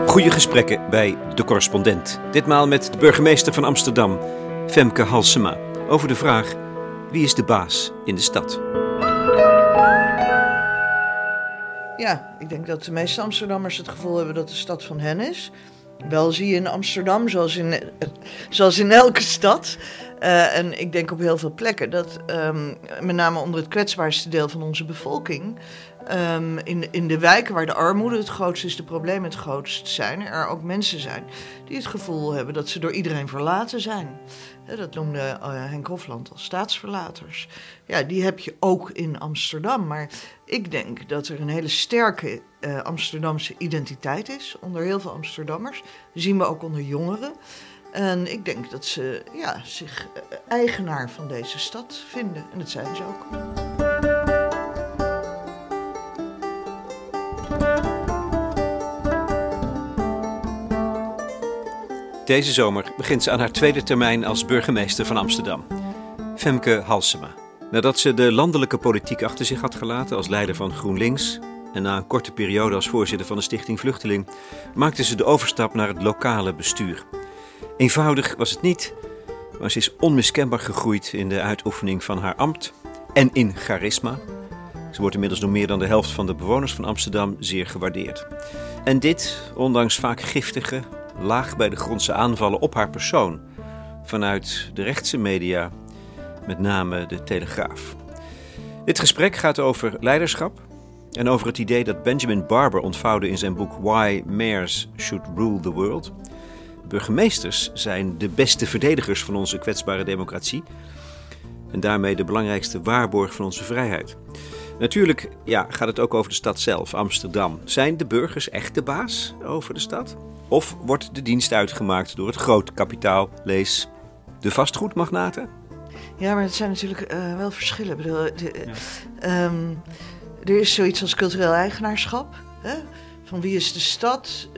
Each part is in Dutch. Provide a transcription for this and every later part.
Goede gesprekken bij De Correspondent. Ditmaal met de burgemeester van Amsterdam, Femke Halsema, over de vraag: wie is de baas in de stad? Ja, ik denk dat de meeste Amsterdammers het gevoel hebben dat de stad van hen is. Wel zie je in Amsterdam, zoals in elke stad, en ik denk op heel veel plekken, dat met name onder het kwetsbaarste deel van onze bevolking, in de wijken waar de armoede het grootst is, de problemen het grootst zijn, er ook mensen zijn die het gevoel hebben dat ze door iedereen verlaten zijn. Dat noemde Henk Hofland als staatsverlaters. Ja, die heb je ook in Amsterdam. Maar ik denk dat er een hele sterke Amsterdamse identiteit is onder heel veel Amsterdammers. Dat zien we ook onder jongeren. En ik denk dat ze zich eigenaar van deze stad vinden. En dat zijn ze ook. Deze zomer begint ze aan haar tweede termijn als burgemeester van Amsterdam. Femke Halsema. Nadat ze de landelijke politiek achter zich had gelaten als leider van GroenLinks en na een korte periode als voorzitter van de Stichting Vluchteling, maakte ze de overstap naar het lokale bestuur. Eenvoudig was het niet, maar ze is onmiskenbaar gegroeid in de uitoefening van haar ambt en in charisma. Ze wordt inmiddels door meer dan de helft van de bewoners van Amsterdam zeer gewaardeerd. En dit, ondanks vaak giftige, laag bij de grondse aanvallen op haar persoon vanuit de rechtse media, met name de Telegraaf. Dit gesprek gaat over leiderschap en over het idee dat Benjamin Barber ontvouwde in zijn boek Why Mayors Should Rule the World. Burgemeesters zijn de beste verdedigers van onze kwetsbare democratie en daarmee de belangrijkste waarborg van onze vrijheid. Natuurlijk gaat het ook over de stad zelf, Amsterdam. Zijn de burgers echt de baas over de stad? Of wordt de dienst uitgemaakt door het grote kapitaal, lees de vastgoedmagnaten? Ja, maar het zijn natuurlijk wel verschillen. Ik bedoel, er is zoiets als cultureel eigenaarschap. Hè? Van wie is de stad?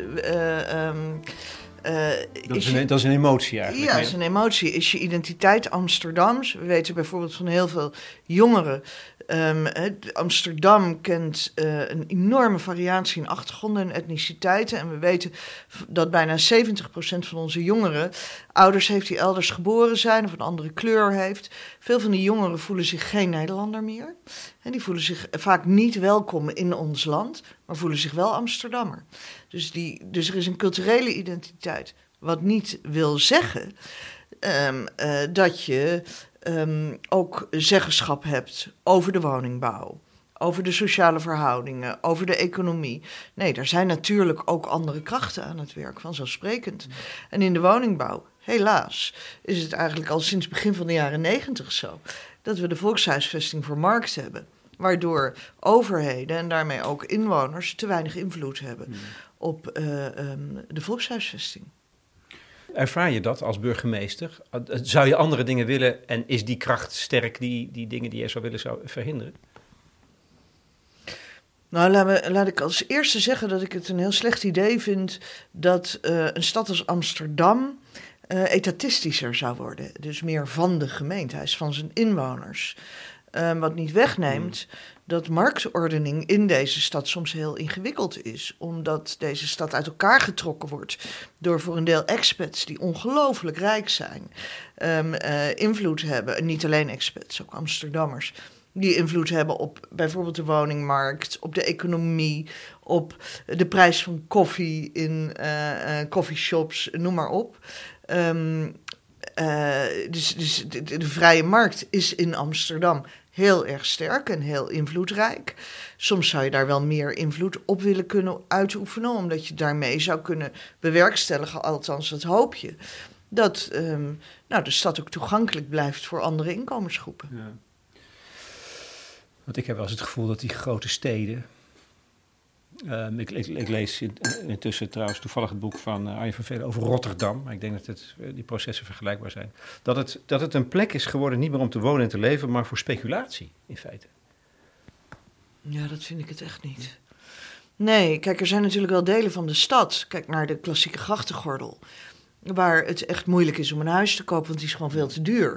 Dat is een emotie eigenlijk. Ja, dat is een emotie. Is je identiteit Amsterdams? We weten bijvoorbeeld van heel veel jongeren. Amsterdam kent een enorme variatie in achtergronden en etniciteiten. En we weten dat bijna 70% van onze jongeren ouders heeft die elders geboren zijn of een andere kleur heeft. Veel van die jongeren voelen zich geen Nederlander meer. En die voelen zich vaak niet welkom in ons land, maar voelen zich wel Amsterdammer. Dus er is een culturele identiteit. Wat niet wil zeggen dat je ook zeggenschap hebt over de woningbouw, over de sociale verhoudingen, over de economie. Nee, er zijn natuurlijk ook andere krachten aan het werk, vanzelfsprekend. En in de woningbouw, helaas, is het eigenlijk al sinds begin van de jaren 90 zo dat we de volkshuisvesting voor markt hebben, waardoor overheden en daarmee ook inwoners te weinig invloed hebben op de volkshuisvesting. Ervaar je dat als burgemeester? Zou je andere dingen willen en is die kracht sterk die dingen die je zou willen verhinderen? Nou, laat ik als eerste zeggen dat ik het een heel slecht idee vind dat een stad als Amsterdam etatistischer zou worden. Dus meer van de gemeente, hij is van zijn inwoners. Wat niet wegneemt dat marktordening in deze stad soms heel ingewikkeld is. Omdat deze stad uit elkaar getrokken wordt door voor een deel expats die ongelooflijk rijk zijn. Invloed hebben, en niet alleen expats, ook Amsterdammers. Die invloed hebben op bijvoorbeeld de woningmarkt, op de economie, op de prijs van koffie in coffeeshops, noem maar op. Dus de vrije markt is in Amsterdam heel erg sterk en heel invloedrijk. Soms zou je daar wel meer invloed op willen kunnen uitoefenen, omdat je daarmee zou kunnen bewerkstelligen, althans dat hoop je, dat de stad ook toegankelijk blijft voor andere inkomensgroepen. Ja. Want ik heb wel eens het gevoel dat die grote steden... Ik lees intussen trouwens toevallig het boek van Arjen van Velen over Rotterdam. Maar ik denk dat die processen vergelijkbaar zijn. Dat het een plek is geworden niet meer om te wonen en te leven, maar voor speculatie in feite. Ja, dat vind ik het echt niet. Nee, kijk, er zijn natuurlijk wel delen van de stad. Kijk naar de klassieke grachtengordel. Waar het echt moeilijk is om een huis te kopen, want die is gewoon veel te duur.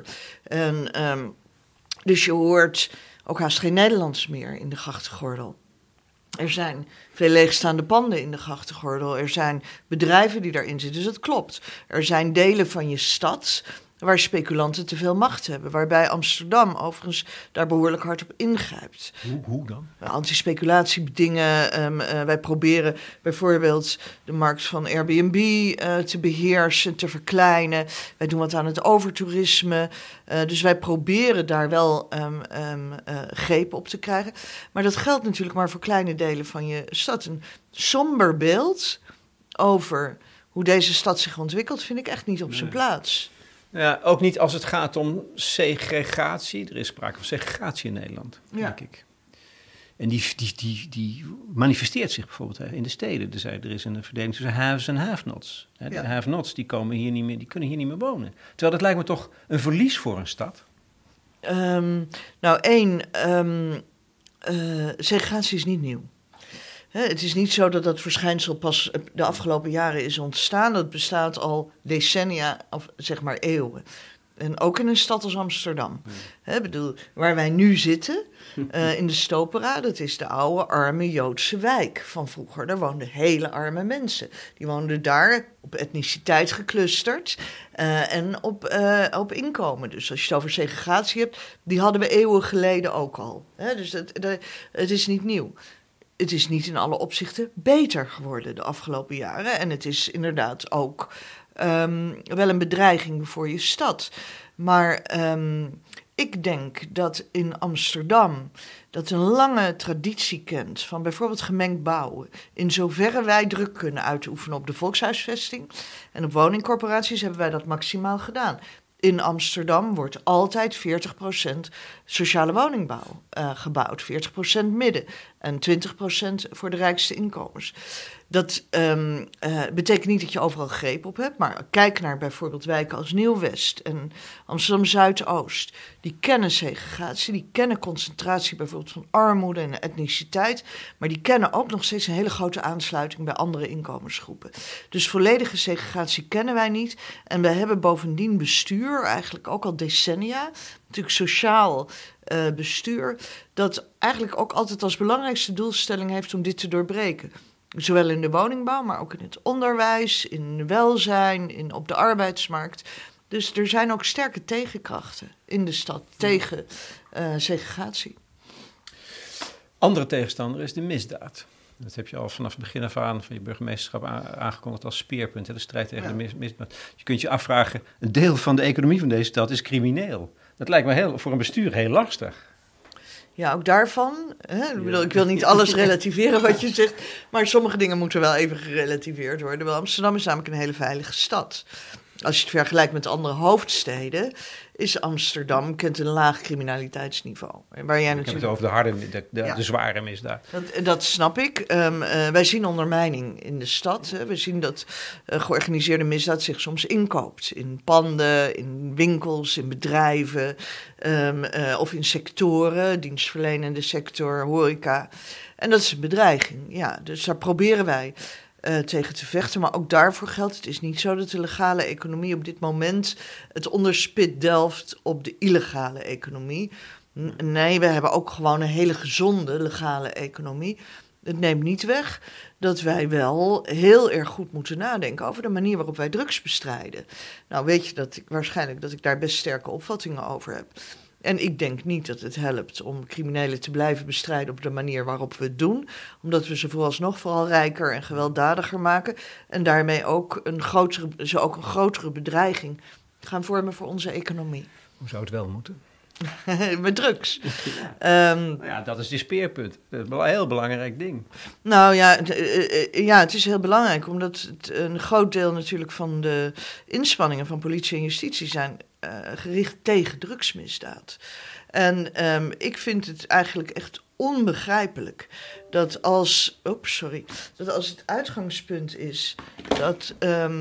En, dus je hoort ook haast geen Nederlands meer in de grachtengordel. Er zijn veel leegstaande panden in de grachtengordel. Er zijn bedrijven die daarin zitten. Dus dat klopt. Er zijn delen van je stad waar speculanten te veel macht hebben. Waarbij Amsterdam overigens daar behoorlijk hard op ingrijpt. Hoe dan? Antispeculatiebedingen. Wij proberen bijvoorbeeld de markt van Airbnb te beheersen, te verkleinen. Wij doen wat aan het overtoerisme. Dus wij proberen daar wel greep op te krijgen. Maar dat geldt natuurlijk maar voor kleine delen van je stad. Een somber beeld over hoe deze stad zich ontwikkelt vind ik echt niet op zijn plaats. Ja, ook niet als het gaat om segregatie. Er is sprake van segregatie in Nederland, denk ik. En die manifesteert zich bijvoorbeeld in de steden. Er is een verdeling tussen haves en have-nots. De have-nots die kunnen hier niet meer wonen. Terwijl dat lijkt me toch een verlies voor een stad. Segregatie is niet nieuw. Het is niet zo dat dat verschijnsel pas de afgelopen jaren is ontstaan. Dat bestaat al decennia, of zeg maar eeuwen. En ook in een stad als Amsterdam. Waar wij nu zitten, in de Stopera, dat is de oude arme Joodse wijk van vroeger. Daar woonden hele arme mensen. Die woonden daar op etniciteit geclusterd en op inkomen. Dus als je het over segregatie hebt, die hadden we eeuwen geleden ook al. Dus het is niet nieuw. Het is niet in alle opzichten beter geworden de afgelopen jaren. En het is inderdaad ook wel een bedreiging voor je stad. Maar ik denk dat in Amsterdam, dat een lange traditie kent van bijvoorbeeld gemengd bouwen, in zoverre wij druk kunnen uitoefenen op de volkshuisvesting en op woningcorporaties, hebben wij dat maximaal gedaan. In Amsterdam wordt altijd 40% sociale woningbouw gebouwd. 40% midden en 20% voor de rijkste inkomens. Dat betekent niet dat je overal greep op hebt, maar kijk naar bijvoorbeeld wijken als Nieuw-West en Amsterdam-Zuidoost. Die kennen segregatie, die kennen concentratie bijvoorbeeld van armoede en etniciteit, maar die kennen ook nog steeds een hele grote aansluiting bij andere inkomensgroepen. Dus volledige segregatie kennen wij niet en wij hebben bovendien bestuur, eigenlijk ook al decennia, natuurlijk sociaal bestuur, dat eigenlijk ook altijd als belangrijkste doelstelling heeft om dit te doorbreken. Zowel in de woningbouw, maar ook in het onderwijs, in welzijn, op de arbeidsmarkt. Dus er zijn ook sterke tegenkrachten in de stad tegen segregatie. Andere tegenstander is de misdaad. Dat heb je al vanaf het begin af aan van je burgemeesterschap aangekondigd als speerpunt. De strijd tegen de misdaad. Je kunt je afvragen, een deel van de economie van deze stad is crimineel. Dat lijkt me voor een bestuur heel lastig. Ja, ook daarvan. Ik wil niet alles relativeren wat je zegt, maar sommige dingen moeten wel even gerelativeerd worden. Want Amsterdam is namelijk een hele veilige stad. Als je het vergelijkt met andere hoofdsteden, is Amsterdam kent een laag criminaliteitsniveau. Waar jij natuurlijk... Ik heb het over de zware misdaad. Dat snap ik. Wij zien ondermijning in de stad. We zien dat georganiseerde misdaad zich soms inkoopt. In panden, in winkels, in bedrijven of in sectoren, dienstverlenende sector, horeca. En dat is een bedreiging. Ja, dus daar proberen wij tegen te vechten. Maar ook daarvoor geldt, het is niet zo dat de legale economie op dit moment het onderspit delft op de illegale economie. Nee, we hebben ook gewoon een hele gezonde legale economie. Het neemt niet weg dat wij wel heel erg goed moeten nadenken over de manier waarop wij drugs bestrijden. Nou weet je waarschijnlijk dat ik daar best sterke opvattingen over heb. En ik denk niet dat het helpt om criminelen te blijven bestrijden op de manier waarop we het doen. Omdat we ze vooral rijker en gewelddadiger maken. En daarmee ook een grotere bedreiging gaan vormen voor onze economie. Hoe zou het wel moeten? Met drugs. Dat is die speerpunt. Dat is een heel belangrijk ding. Nou ja, het is heel belangrijk. Omdat een groot deel natuurlijk van de inspanningen van politie en justitie zijn gericht tegen drugsmisdaad. En ik vind het eigenlijk echt onbegrijpelijk dat als het uitgangspunt is dat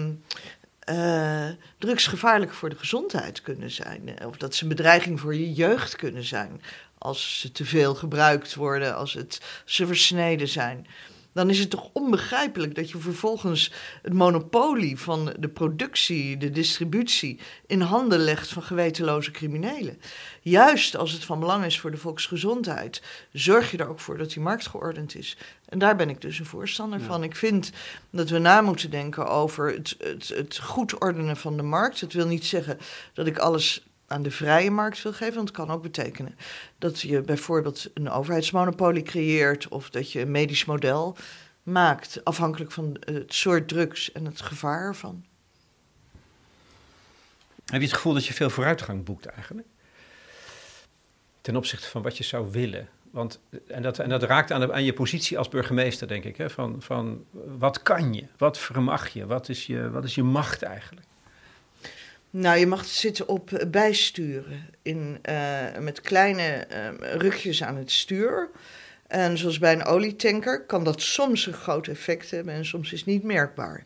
drugs gevaarlijk voor de gezondheid kunnen zijn. Of dat ze een bedreiging voor je jeugd kunnen zijn. Als ze te veel gebruikt worden, als ze versneden zijn. dan is het toch onbegrijpelijk dat je vervolgens het monopolie van de productie, de distributie, in handen legt van gewetenloze criminelen. Juist als het van belang is voor de volksgezondheid, zorg je er ook voor dat die markt geordend is. En daar ben ik dus een voorstander van. Ik vind dat we na moeten denken over het goed ordenen van de markt. Het wil niet zeggen dat ik alles aan de vrije markt wil geven, want het kan ook betekenen dat je bijvoorbeeld een overheidsmonopolie creëert of dat je een medisch model maakt, afhankelijk van het soort drugs en het gevaar ervan. Heb je het gevoel dat je veel vooruitgang boekt eigenlijk? Ten opzichte van wat je zou willen? En dat raakt aan je positie als burgemeester, denk ik. Hè? Van wat kan je? Wat vermag je? Wat is je macht eigenlijk? Nou, je mag zitten op bijsturen met kleine rukjes aan het stuur. En zoals bij een olietanker kan dat soms een groot effect hebben en soms is het niet merkbaar.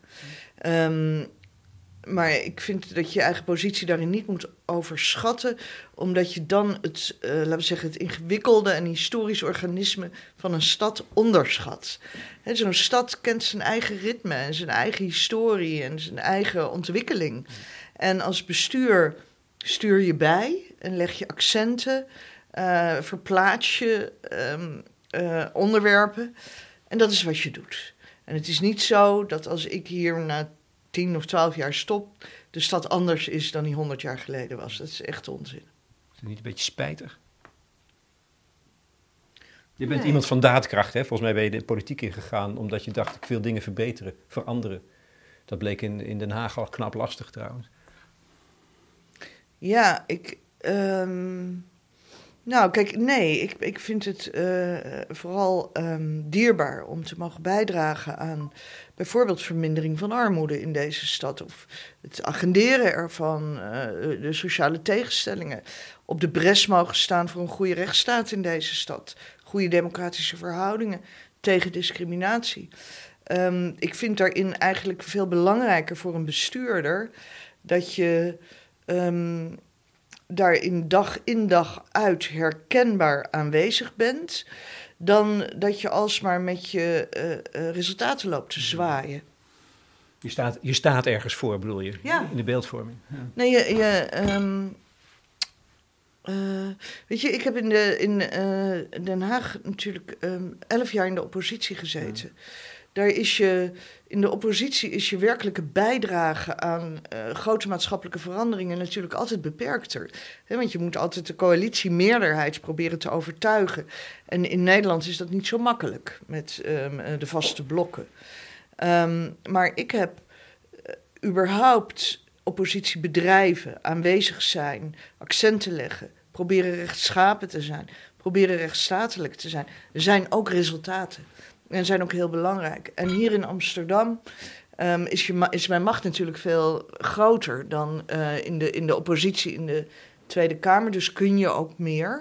Maar ik vind dat je eigen positie daarin niet moet overschatten, omdat je dan het ingewikkelde en historisch organisme van een stad onderschat. Zo'n stad kent zijn eigen ritme en zijn eigen historie en zijn eigen ontwikkeling. En als bestuur stuur je bij en leg je accenten, verplaats je onderwerpen. En dat is wat je doet. En het is niet zo dat als ik hier na 10 of 12 jaar stop, de stad anders is dan die 100 jaar geleden was. Dat is echt onzin. Is het niet een beetje spijtig? Je bent iemand van daadkracht, hè? Volgens mij ben je de politiek ingegaan omdat je dacht, ik wil dingen verbeteren, veranderen. Dat bleek in Den Haag al knap lastig trouwens. Ja, ik vind het vooral dierbaar om te mogen bijdragen aan bijvoorbeeld vermindering van armoede in deze stad. Of het agenderen ervan, de sociale tegenstellingen. Op de bres mogen staan voor een goede rechtsstaat in deze stad. Goede democratische verhoudingen tegen discriminatie. Ik vind daarin eigenlijk veel belangrijker voor een bestuurder dat je daarin dag in dag uit herkenbaar aanwezig bent, dan dat je alsmaar met je resultaten loopt te zwaaien. Je staat ergens voor, bedoel je? Ja. In de beeldvorming. Ja. Nee, weet je, ik heb in Den Haag natuurlijk 11 jaar in de oppositie gezeten. Ja. Daar in de oppositie is je werkelijke bijdrage aan grote maatschappelijke veranderingen natuurlijk altijd beperkter. Want je moet altijd de coalitiemeerderheid proberen te overtuigen. En in Nederland is dat niet zo makkelijk met de vaste blokken. Maar ik heb überhaupt oppositiebedrijven aanwezig zijn, accenten leggen, proberen rechtschapen te zijn, proberen rechtsstatelijk te zijn. Er zijn ook resultaten. En zijn ook heel belangrijk. En hier in Amsterdam is mijn macht natuurlijk veel groter dan in de oppositie in de Tweede Kamer. Dus kun je ook meer.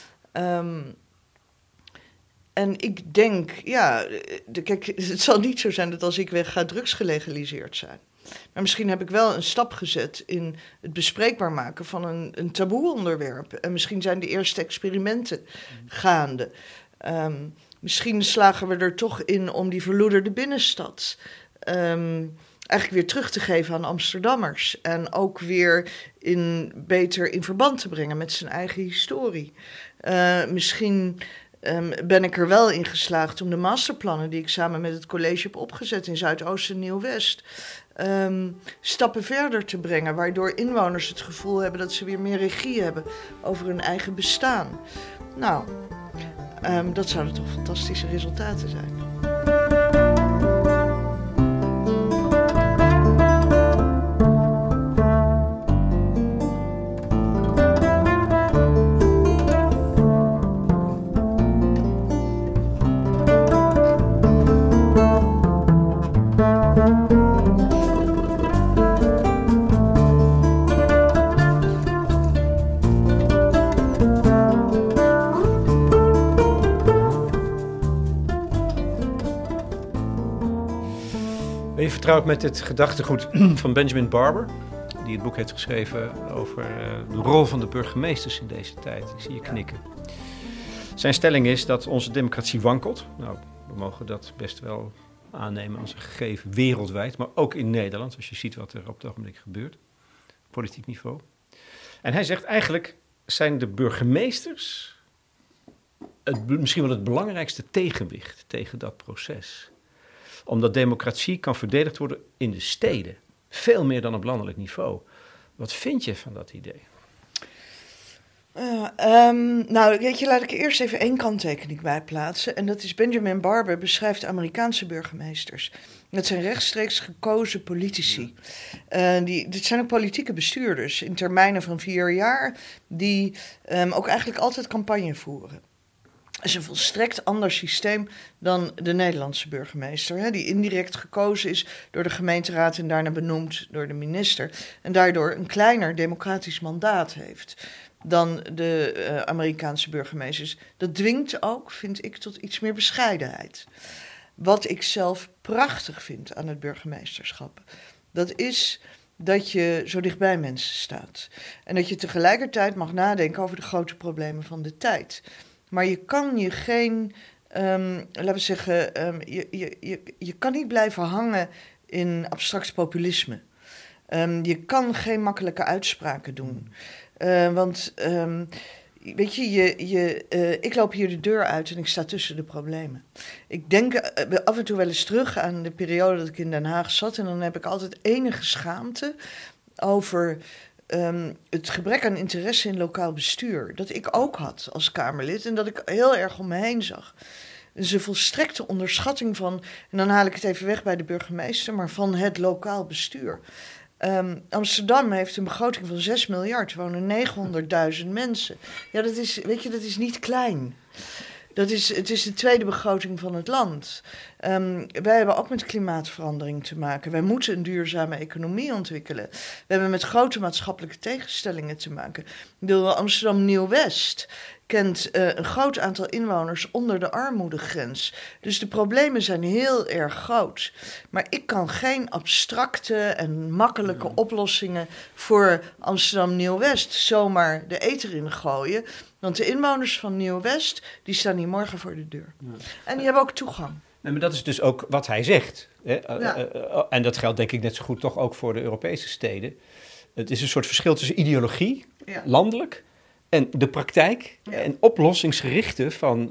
En ik denk, kijk, het zal niet zo zijn dat als ik weg ga drugs gelegaliseerd zijn. Maar misschien heb ik wel een stap gezet in het bespreekbaar maken van een taboe onderwerp. En misschien zijn de eerste experimenten gaande. Misschien slagen we er toch in om die verloederde binnenstad eigenlijk weer terug te geven aan Amsterdammers. En ook weer beter in verband te brengen met zijn eigen historie. Misschien ben ik er wel in geslaagd om de masterplannen die ik samen met het college heb opgezet in Zuidoost en Nieuw-West stappen verder te brengen, waardoor inwoners het gevoel hebben dat ze weer meer regie hebben over hun eigen bestaan. Nou, dat zouden toch fantastische resultaten zijn. Ben je vertrouwd met het gedachtegoed van Benjamin Barber, die het boek heeft geschreven over de rol van de burgemeesters in deze tijd? Ik zie je knikken. Zijn stelling is dat onze democratie wankelt. Nou, We mogen dat best wel aannemen als een gegeven wereldwijd, maar ook in Nederland, als je ziet wat er op het ogenblik gebeurt, politiek niveau. En hij zegt eigenlijk zijn de burgemeesters misschien wel het belangrijkste tegenwicht tegen dat proces. Omdat democratie kan verdedigd worden in de steden, veel meer dan op landelijk niveau. Wat vind je van dat idee? Nou, weet je, laat ik er eerst even één kanttekening bij plaatsen. En dat is Benjamin Barber beschrijft Amerikaanse burgemeesters. Dat zijn rechtstreeks gekozen politici. Dit zijn ook politieke bestuurders in termijnen van 4 jaar... die ook eigenlijk altijd campagne voeren. Dat is een volstrekt ander systeem dan de Nederlandse burgemeester. Hè, die indirect gekozen is door de gemeenteraad en daarna benoemd door de minister. En daardoor een kleiner democratisch mandaat heeft dan de Amerikaanse burgemeesters. Dat dwingt ook, vind ik, tot iets meer bescheidenheid. Wat ik zelf prachtig vind aan het burgemeesterschap, dat is dat je zo dichtbij mensen staat. En dat je tegelijkertijd mag nadenken over de grote problemen van de tijd. Maar je kan je geen, laten we zeggen, je kan niet blijven hangen in abstract populisme. Je kan geen makkelijke uitspraken doen. Want weet je, ik loop hier de deur uit en ik sta tussen de problemen. Ik denk af en toe wel eens terug aan de periode dat ik in Den Haag zat. En dan heb ik altijd enige schaamte over het gebrek aan interesse in lokaal bestuur. Dat ik ook had als Kamerlid en dat ik heel erg om me heen zag. Dus een volstrekte onderschatting van, en dan haal ik het even weg bij de burgemeester, maar van het lokaal bestuur. Amsterdam heeft een begroting van 6 miljard, er wonen 900.000 mensen. Ja, dat is, weet je, dat is niet klein. Het is de tweede begroting van het land. Wij hebben ook met klimaatverandering te maken. Wij moeten een duurzame economie ontwikkelen. We hebben met grote maatschappelijke tegenstellingen te maken. Amsterdam Nieuw-West kent een groot aantal inwoners onder de armoedegrens. Dus de problemen zijn heel erg groot. Maar ik kan geen abstracte en makkelijke oplossingen voor Amsterdam Nieuw-West zomaar de eter in gooien. Want de inwoners van Nieuw-West, die staan hier morgen voor de deur. Ja. En die hebben ook toegang. Nee, maar dat is dus ook wat hij zegt. Hè? Ja. En dat geldt denk ik net zo goed toch ook voor de Europese steden. Het is een soort verschil tussen ideologie, landelijk, en de praktijk en oplossingsgerichte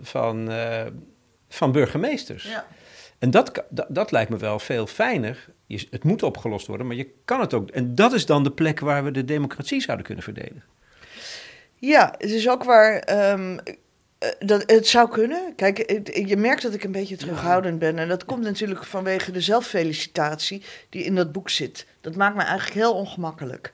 van burgemeesters. Ja. En dat lijkt me wel veel fijner. Het moet opgelost worden, maar je kan het ook. En dat is dan de plek waar we de democratie zouden kunnen verdedigen. Ja, het is ook waar het zou kunnen. Kijk, je merkt dat ik een beetje terughoudend ben. En dat komt natuurlijk vanwege de zelffelicitatie die in dat boek zit. Dat maakt me eigenlijk heel ongemakkelijk.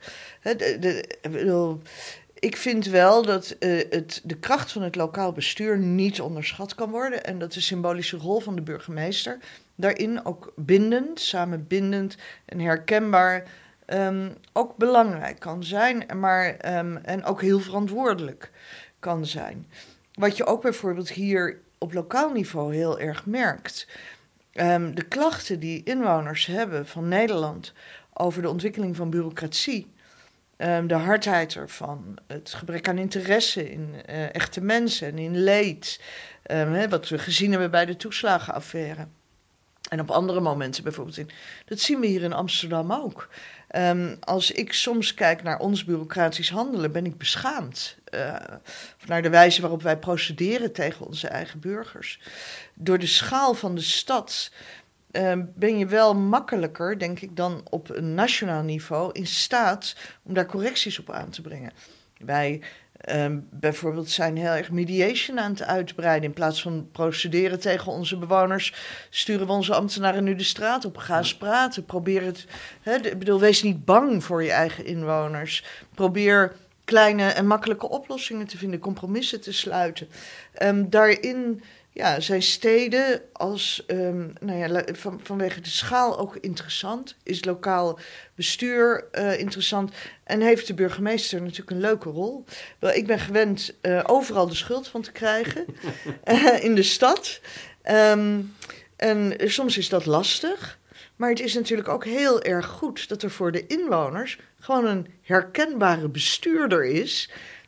Ik vind wel dat de kracht van het lokaal bestuur niet onderschat kan worden. En dat de symbolische rol van de burgemeester daarin ook bindend, samenbindend en herkenbaar ook belangrijk kan zijn, maar en ook heel verantwoordelijk kan zijn. Wat je ook bijvoorbeeld hier op lokaal niveau heel erg merkt. De klachten die inwoners hebben van Nederland over de ontwikkeling van bureaucratie, de hardheid ervan, het gebrek aan interesse in echte mensen en in leed, wat we gezien hebben bij de toeslagenaffaire. En op andere momenten bijvoorbeeld. Dat zien we hier in Amsterdam ook. Als ik soms kijk naar ons bureaucratisch handelen, ben ik beschaamd. Naar de wijze waarop wij procederen tegen onze eigen burgers. Door de schaal van de stad ben je wel makkelijker, denk ik, dan op een nationaal niveau in staat om daar correcties op aan te brengen. Wij bijvoorbeeld zijn heel erg mediation aan het uitbreiden. In plaats van procederen tegen onze bewoners, sturen we onze ambtenaren nu de straat op. Ga eens praten. Probeer het. Wees niet bang voor je eigen inwoners. Probeer kleine en makkelijke oplossingen te vinden, compromissen te sluiten. Daarin zijn steden als, vanwege de schaal ook interessant. Is lokaal bestuur interessant. En heeft de burgemeester natuurlijk een leuke rol. Wel, ik ben gewend overal de schuld van te krijgen in de stad. En soms is dat lastig. Maar het is natuurlijk ook heel erg goed dat er voor de inwoners gewoon een herkenbare bestuurder is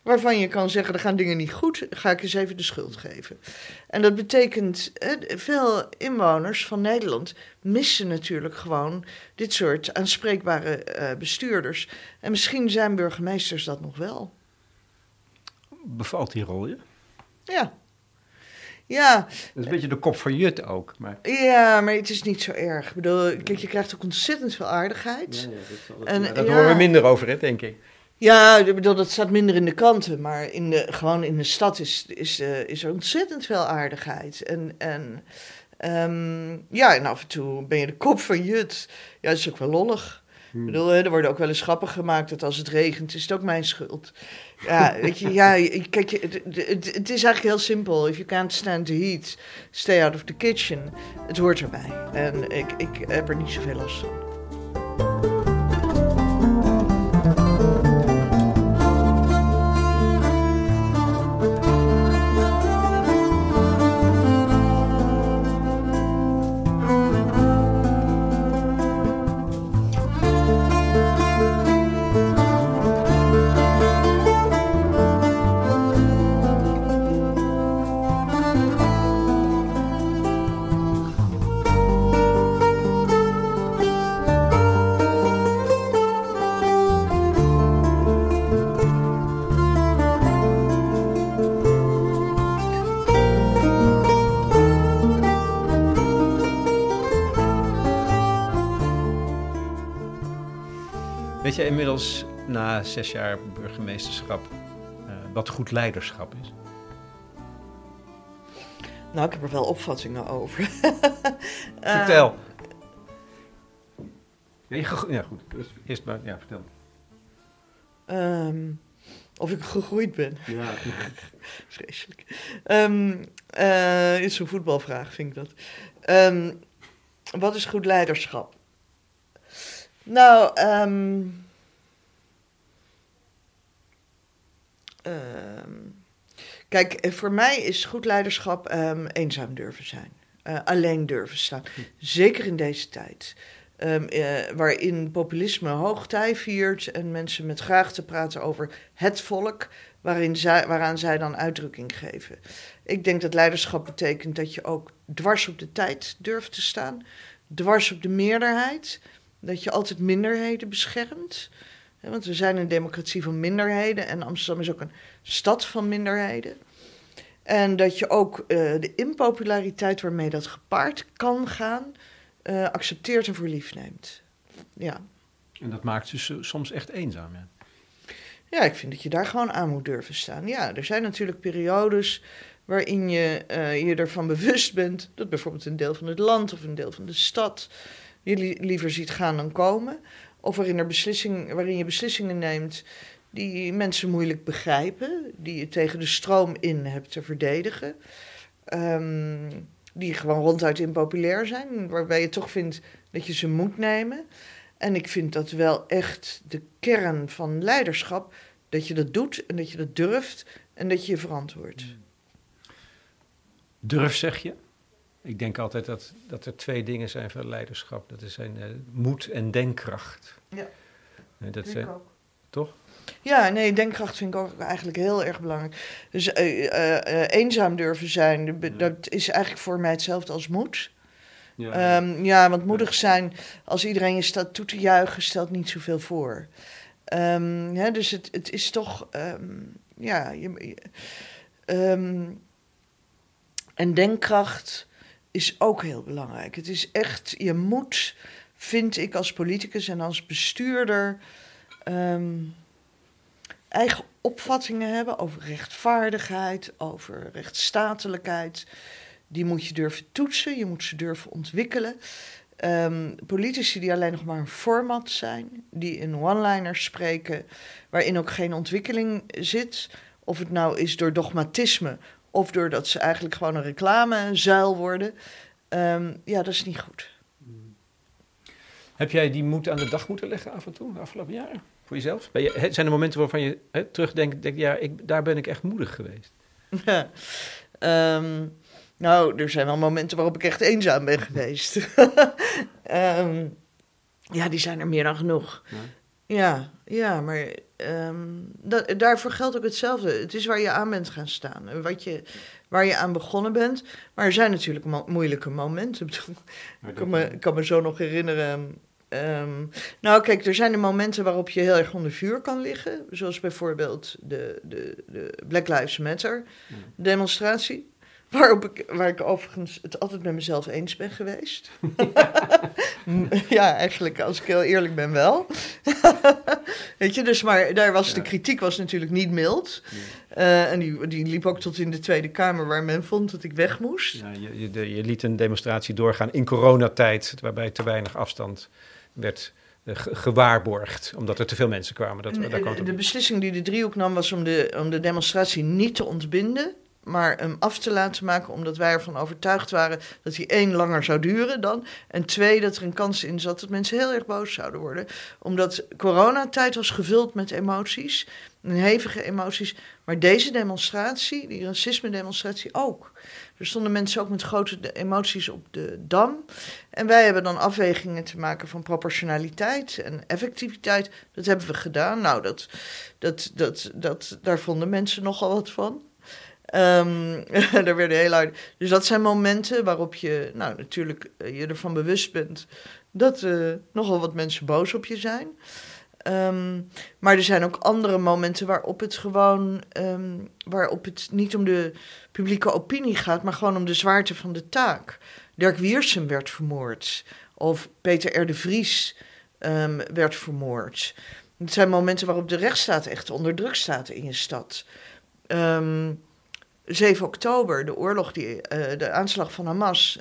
waarvan je kan zeggen, er gaan dingen niet goed, ga ik eens even de schuld geven. En dat betekent, veel inwoners van Nederland missen natuurlijk gewoon dit soort aanspreekbare bestuurders. En misschien zijn burgemeesters dat nog wel. Bevalt die rol je? Ja. Ja. Dat is een beetje de kop van Jut ook. Maar... Ja, maar het is niet zo erg. Ik bedoel, kijk, je krijgt ook ontzettend veel aardigheid. Daar horen we minder over, hè, denk ik. Ja, ik bedoel, dat staat minder in de kranten, maar gewoon in de stad is er ontzettend veel aardigheid. En af en toe ben je de kop van Jut. Ja, dat is ook wel lollig. Ik bedoel, er worden ook wel eens grappen gemaakt dat als het regent, is het ook mijn schuld. Ja, weet je, kijk, het is eigenlijk heel simpel. If you can't stand the heat, stay out of the kitchen. Het hoort erbij. En ik heb er niet zoveel last van. Weet je inmiddels, na 6 jaar burgemeesterschap, wat goed leiderschap is? Nou, ik heb er wel opvattingen over. Vertel. Ja, goed. Eerst maar, ja, vertel. Of ik gegroeid ben. Ja. Vreselijk. Is zo'n voetbalvraag, vind ik dat. Wat is goed leiderschap? Nou, kijk, voor mij is goed leiderschap eenzaam durven zijn. Alleen durven staan. Zeker in deze tijd. Waarin populisme hoogtij viert en mensen met graag te praten over het volk, waaraan zij dan uitdrukking geven. Ik denk dat leiderschap betekent dat je ook dwars op de tijd durft te staan. Dwars op de meerderheid. Dat je altijd minderheden beschermt. Want we zijn een democratie van minderheden en Amsterdam is ook een stad van minderheden. En dat je ook de impopulariteit waarmee dat gepaard kan gaan, accepteert en voor lief neemt. Ja. En dat maakt ze soms echt eenzaam, ja? Ja, ik vind dat je daar gewoon aan moet durven staan. Ja, er zijn natuurlijk periodes waarin je je ervan bewust bent dat bijvoorbeeld een deel van het land of een deel van de stad je liever ziet gaan dan komen. Of waarin je beslissingen neemt die mensen moeilijk begrijpen, die je tegen de stroom in hebt te verdedigen. Die gewoon ronduit impopulair zijn, waarbij je toch vindt dat je ze moet nemen. En ik vind dat wel echt de kern van leiderschap, dat je dat doet en dat je dat durft en dat je je verantwoordt. Durf, zeg je? Ik denk altijd dat er 2 dingen zijn van leiderschap. Dat zijn moed en denkkracht. Ja, dat vind ik ook. Toch? Ja, nee, denkkracht vind ik ook eigenlijk heel erg belangrijk. Dus eenzaam durven zijn, dat is eigenlijk voor mij hetzelfde als moed. Ja, want moedig zijn, als iedereen je staat toe te juichen, stelt niet zoveel voor. Dus het is toch, en denkkracht is ook heel belangrijk. Het is echt, je moet, vind ik als politicus en als bestuurder, eigen opvattingen hebben over rechtvaardigheid, over rechtsstatelijkheid. Die moet je durven toetsen, je moet ze durven ontwikkelen. Politici die alleen nog maar een format zijn, die in one-liners spreken, waarin ook geen ontwikkeling zit. Of het nou is door dogmatisme of doordat ze eigenlijk gewoon een reclamezuil worden. Dat is niet goed. Heb jij die moed aan de dag moeten leggen af en toe, de afgelopen jaren? Voor jezelf? Zijn er momenten waarvan je terugdenkt, daar ben ik echt moedig geweest? Nou, er zijn wel momenten waarop ik echt eenzaam ben geweest. Die zijn er meer dan genoeg. Ja, maar daarvoor geldt ook hetzelfde. Het is waar je aan bent gaan staan. Waar je aan begonnen bent. Maar er zijn natuurlijk moeilijke momenten. Ik kan me zo nog herinneren. Nou, kijk, er zijn de momenten waarop je heel erg onder vuur kan liggen. Zoals bijvoorbeeld de Black Lives Matter demonstratie. Waar ik overigens het altijd met mezelf eens ben geweest. Ja, eigenlijk, als ik heel eerlijk ben, wel. Weet je, dus maar daar was de kritiek was natuurlijk niet mild. En die liep ook tot in de Tweede Kamer, waar men vond dat ik weg moest. Ja, je liet een demonstratie doorgaan in coronatijd, waarbij te weinig afstand werd gewaarborgd, omdat er te veel mensen kwamen. De beslissing die de driehoek nam was om de demonstratie niet te ontbinden, maar hem af te laten maken, omdat wij ervan overtuigd waren dat hij 1 langer zou duren dan, en 2 dat er een kans in zat dat mensen heel erg boos zouden worden. Omdat coronatijd was gevuld met emoties, hevige emoties, maar deze demonstratie, die racisme-demonstratie ook. Er stonden mensen ook met grote emoties op de Dam. En wij hebben dan afwegingen te maken van proportionaliteit en effectiviteit. Dat hebben we gedaan. Nou, daar vonden mensen nogal wat van. Daar werden heel hard. Dus dat zijn momenten waarop je, nou natuurlijk, je ervan bewust bent dat nogal wat mensen boos op je zijn. Maar er zijn ook andere momenten waarop het niet om de publieke opinie gaat, maar gewoon om de zwaarte van de taak. Dirk Wiersum werd vermoord. Of Peter R. de Vries werd vermoord. Het zijn momenten waarop de rechtsstaat echt onder druk staat in je stad. 7 oktober, de oorlog, de aanslag van Hamas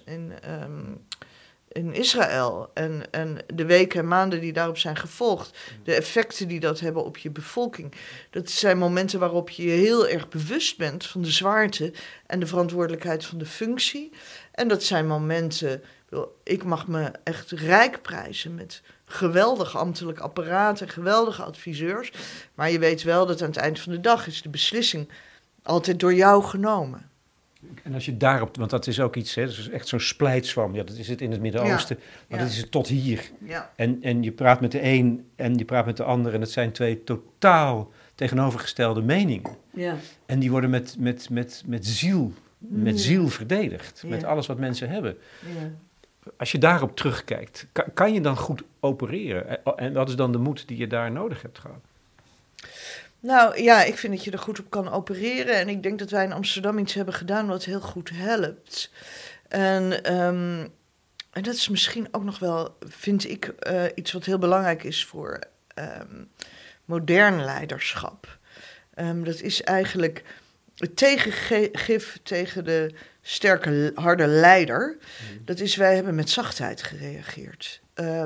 in Israël en de weken en maanden die daarop zijn gevolgd, de effecten die dat hebben op je bevolking. Dat zijn momenten waarop je je heel erg bewust bent van de zwaarte en de verantwoordelijkheid van de functie. En dat zijn momenten, ik mag me echt rijk prijzen met geweldig ambtelijk apparaat en geweldige adviseurs. Maar je weet wel dat aan het eind van de dag is de beslissing altijd door jou genomen. En als je daarop, want dat is ook iets, hè, dat is echt zo'n splijtswam. Ja, dat is het in het Midden-Oosten, maar dat is het tot hier. Ja. En je praat met de een en je praat met de ander en het zijn 2 totaal tegenovergestelde meningen. Ja. En die worden met ziel verdedigd, met alles wat mensen hebben. Ja. Als je daarop terugkijkt, kan je dan goed opereren? En wat is dan de moed die je daar nodig hebt gehad? Nou ja, ik vind dat je er goed op kan opereren. En ik denk dat wij in Amsterdam iets hebben gedaan wat heel goed helpt. En dat is misschien ook nog wel, vind ik, iets wat heel belangrijk is voor modern leiderschap. Dat is eigenlijk het tegengif tegen de sterke, harde leider. Dat is, wij hebben met zachtheid gereageerd.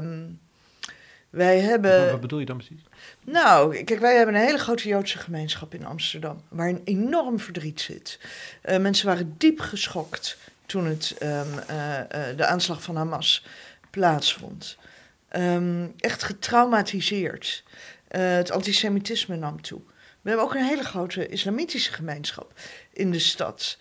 Wat bedoel je dan precies? Nou, kijk, wij hebben een hele grote Joodse gemeenschap in Amsterdam, waar een enorm verdriet zit. Mensen waren diep geschokt toen de aanslag van Hamas plaatsvond. Echt getraumatiseerd. Het antisemitisme nam toe. We hebben ook een hele grote islamitische gemeenschap in de stad.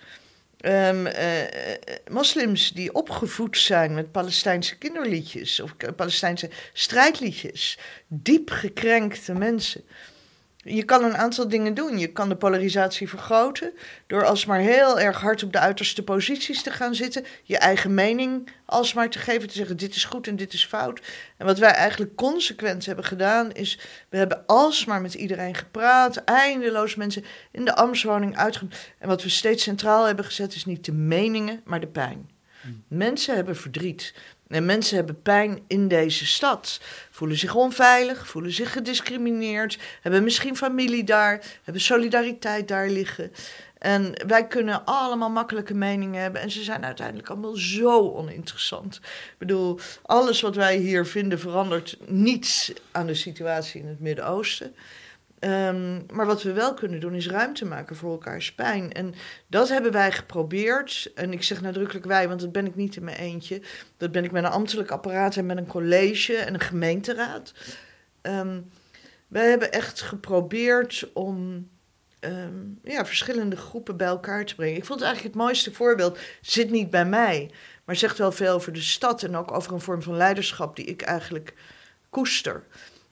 Moslims die opgevoed zijn met Palestijnse kinderliedjes of Palestijnse strijdliedjes. Diep gekrenkte mensen. Je kan een aantal dingen doen. Je kan de polarisatie vergroten door alsmaar heel erg hard op de uiterste posities te gaan zitten. Je eigen mening alsmaar te geven, te zeggen dit is goed en dit is fout. En wat wij eigenlijk consequent hebben gedaan is, we hebben alsmaar met iedereen gepraat, eindeloos mensen in de ambtswoning uitgenodigd. En wat we steeds centraal hebben gezet is niet de meningen, maar de pijn. Mensen hebben verdriet. En mensen hebben pijn in deze stad. Voelen zich onveilig, voelen zich gediscrimineerd, hebben misschien familie daar, hebben solidariteit daar liggen. En wij kunnen allemaal makkelijke meningen hebben en ze zijn uiteindelijk allemaal zo oninteressant. Ik bedoel, alles wat wij hier vinden verandert niets aan de situatie in het Midden-Oosten. Maar wat we wel kunnen doen is ruimte maken voor elkaars pijn. En dat hebben wij geprobeerd. En ik zeg nadrukkelijk wij, want dat ben ik niet in mijn eentje. Dat ben ik met een ambtelijk apparaat en met een college en een gemeenteraad. Wij hebben echt geprobeerd om verschillende groepen bij elkaar te brengen. Ik vond eigenlijk het mooiste voorbeeld, zit niet bij mij, maar zegt wel veel over de stad en ook over een vorm van leiderschap die ik eigenlijk koester.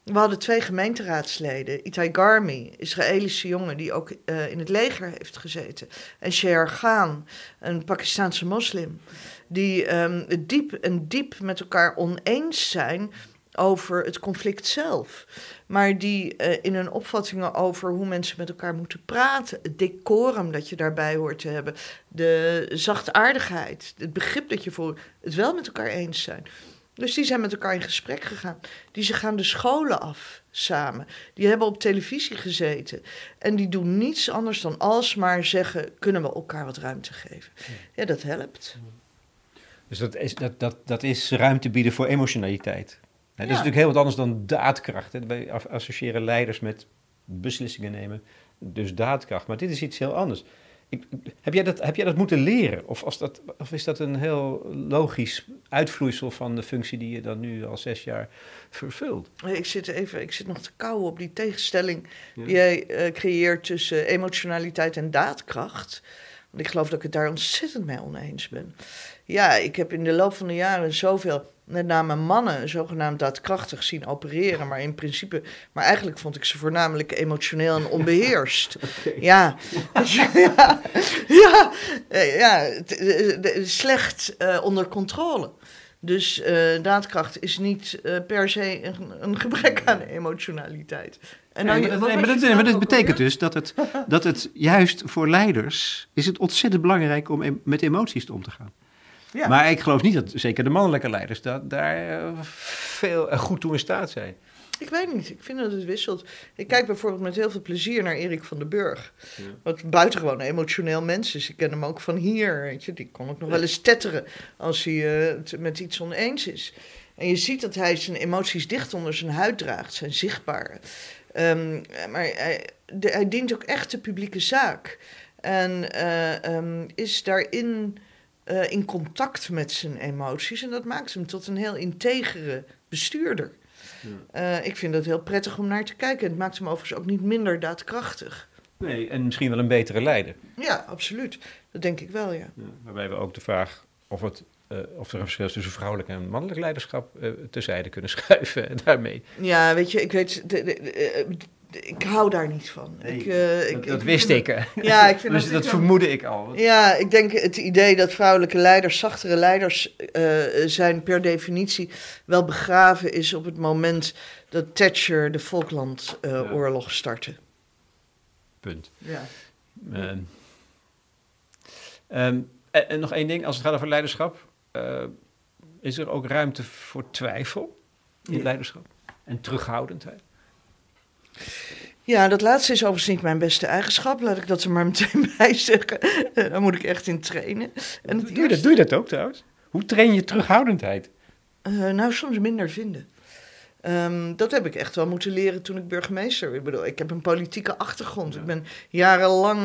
We hadden 2 gemeenteraadsleden. Itai Garmi, Israëlische jongen die ook in het leger heeft gezeten. En Sheher Khan, een Pakistaanse moslim. Die diep met elkaar oneens zijn over het conflict zelf. Maar die in hun opvattingen over hoe mensen met elkaar moeten praten, het decorum dat je daarbij hoort te hebben, de zachtaardigheid, het begrip dat je voor het wel met elkaar eens zijn. Dus die zijn met elkaar in gesprek gegaan. Ze gaan de scholen af samen. Die hebben op televisie gezeten. En die doen niets anders dan alsmaar zeggen, kunnen we elkaar wat ruimte geven? Ja, dat helpt. Dus dat is ruimte bieden voor emotionaliteit. Dat is natuurlijk heel wat anders dan daadkracht. Hè. Wij associëren leiders met beslissingen nemen, dus daadkracht. Maar dit is iets heel anders. Heb jij dat moeten leren? Of is dat een heel logisch uitvloeisel van de functie die je dan nu al 6 jaar vervult? Ik zit nog te kauwen op die tegenstelling die jij creëert tussen emotionaliteit en daadkracht. Want ik geloof dat ik het daar ontzettend mee oneens ben. Ja, ik heb in de loop van de jaren zoveel, met name mannen, zogenaamd daadkrachtig zien opereren. Maar eigenlijk vond ik ze voornamelijk emotioneel en onbeheerst. Okay. Slecht onder controle. Dus daadkracht is niet per se een gebrek aan emotionaliteit. Maar dat betekent dus dat het juist voor leiders is het ontzettend belangrijk om met emoties om te gaan. Ja. Maar ik geloof niet dat zeker de mannelijke leiders daar veel goed toe in staat zijn. Ik weet niet, ik vind dat het wisselt. Ik kijk bijvoorbeeld met heel veel plezier naar Erik van den Burg. Ja. Wat buitengewoon een emotioneel mens is. Ik ken hem ook van hier, weet je. Die kon ook nog wel eens tetteren als hij het met iets oneens is. En je ziet dat hij zijn emoties dicht onder zijn huid draagt, zijn zichtbare. Maar hij dient ook echt de publieke zaak. En is daarin in contact met zijn emoties. En dat maakt hem tot een heel integere bestuurder. Ja. Ik vind dat heel prettig om naar te kijken. Het maakt hem overigens ook niet minder daadkrachtig. Nee, en misschien wel een betere leider. Ja, absoluut. Dat denk ik wel, ja. Waarbij we ook de vraag of er een verschil is tussen vrouwelijk en mannelijk leiderschap terzijde kunnen schuiven daarmee. Ja, weet je, ik hou daar niet van. Nee, dat wist ik. Ja, ik vind dus dat vermoedde ik al. Ja, ik denk het idee dat vrouwelijke leiders, zachtere leiders zijn per definitie wel begraven is op het moment dat Thatcher de Falklandoorlog startte. Punt. Ja. En nog één ding, als het gaat over leiderschap, is er ook ruimte voor twijfel in leiderschap en terughoudendheid? Ja, dat laatste is overigens niet mijn beste eigenschap. Laat ik dat er maar meteen bij zeggen. Daar moet ik echt in trainen. En doe je dat ook trouwens? Hoe train je terughoudendheid? Nou, soms minder vinden. Dat heb ik echt wel moeten leren toen ik burgemeester. Ik bedoel, ik heb een politieke achtergrond. Ja. Ik ben jarenlang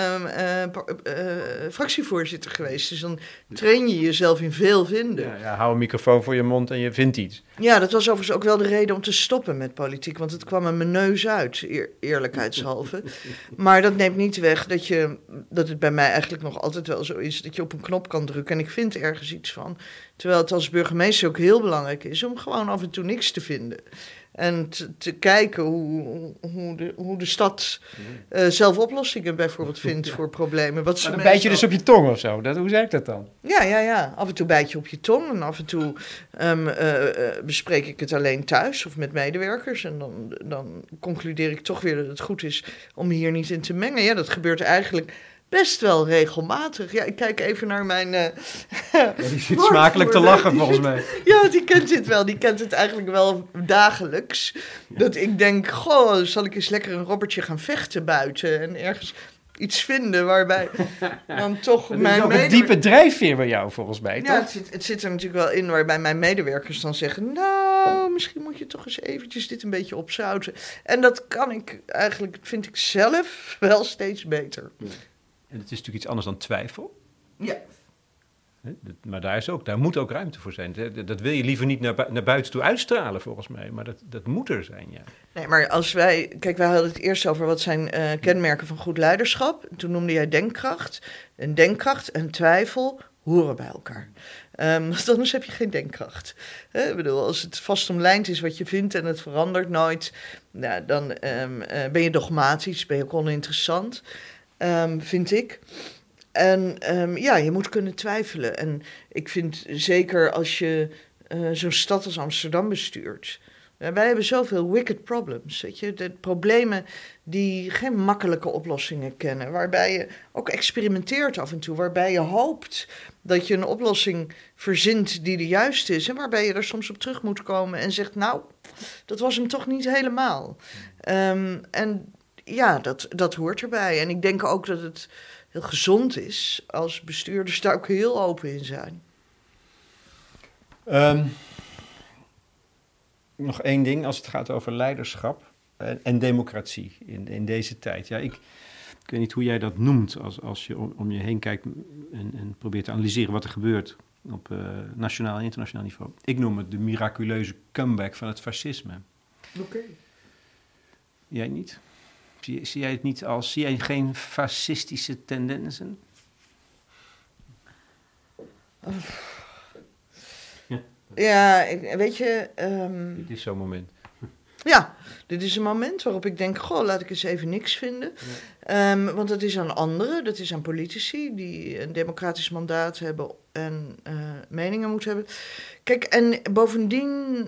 fractievoorzitter geweest. Dus dan train je jezelf in veel vinden. Ja, hou een microfoon voor je mond en je vindt iets. Ja, dat was overigens ook wel de reden om te stoppen met politiek. Want het kwam aan mijn neus uit, eerlijkheidshalve. Maar dat neemt niet weg dat het bij mij eigenlijk nog altijd wel zo is, dat je op een knop kan drukken en ik vind ergens iets van. Terwijl het als burgemeester ook heel belangrijk is om gewoon af en toe niks te vinden. En te kijken hoe de stad zelf oplossingen bijvoorbeeld vindt voor problemen. Maar dan bijt je dus op je tong of zo? Hoe werkt dat dan? Ja. Af en toe bijt je op je tong en af en toe bespreek ik het alleen thuis of met medewerkers. En dan concludeer ik toch weer dat het goed is om hier niet in te mengen. Ja, dat gebeurt eigenlijk best wel regelmatig. Ja, ik kijk even naar mijn... die zit smakelijk te lachen, volgens mij. Ja, die kent dit wel. Die kent het eigenlijk wel dagelijks. Dat ik denk, goh, zal ik eens lekker een robbertje gaan vechten buiten en ergens iets vinden waarbij dan toch mijn medewerkers... Het is ook een diepe drijfveer bij jou, volgens mij, ja, toch? Het zit er natuurlijk wel in waarbij mijn medewerkers dan zeggen, nou, misschien moet je toch eens eventjes dit een beetje opzouten. En dat vind ik zelf wel steeds beter. Ja. En het is natuurlijk iets anders dan twijfel. Ja. Maar daar moet ook ruimte voor zijn. Dat wil je liever niet naar buiten toe uitstralen, volgens mij. Maar dat moet er zijn, ja. Nee, maar wij hadden het eerst over wat zijn kenmerken van goed leiderschap. Toen noemde jij denkkracht. En denkkracht en twijfel horen bij elkaar. Want anders heb je geen denkkracht. Ik bedoel, als het vastomlijnd is wat je vindt en het verandert nooit, nou, dan ben je dogmatisch, ben je ook oninteressant, vind ik. En je moet kunnen twijfelen. En ik vind zeker als je zo'n stad als Amsterdam bestuurt. Wij hebben zoveel wicked problems, weet je. De problemen die geen makkelijke oplossingen kennen. Waarbij je ook experimenteert af en toe. Waarbij je hoopt dat je een oplossing verzint die de juiste is. En waarbij je er soms op terug moet komen en zegt, nou, dat was hem toch niet helemaal. En ja, dat hoort erbij. En ik denk ook dat het heel gezond is als bestuurders daar ook heel open in zijn. Nog één ding als het gaat over leiderschap en democratie in deze tijd. Ja, ik weet niet hoe jij dat noemt als je om je heen kijkt en probeert te analyseren wat er gebeurt op nationaal en internationaal niveau. Ik noem het de miraculeuze comeback van het fascisme. Oké. Jij niet? Zie jij het niet als, zie jij geen fascistische tendensen? Ja, weet je... Dit is zo'n moment. Ja, dit is een moment waarop ik denk, goh, laat ik eens even niks vinden. Ja. Want dat is aan anderen, dat is aan politici die een democratisch mandaat hebben en meningen moeten hebben. Kijk, en bovendien,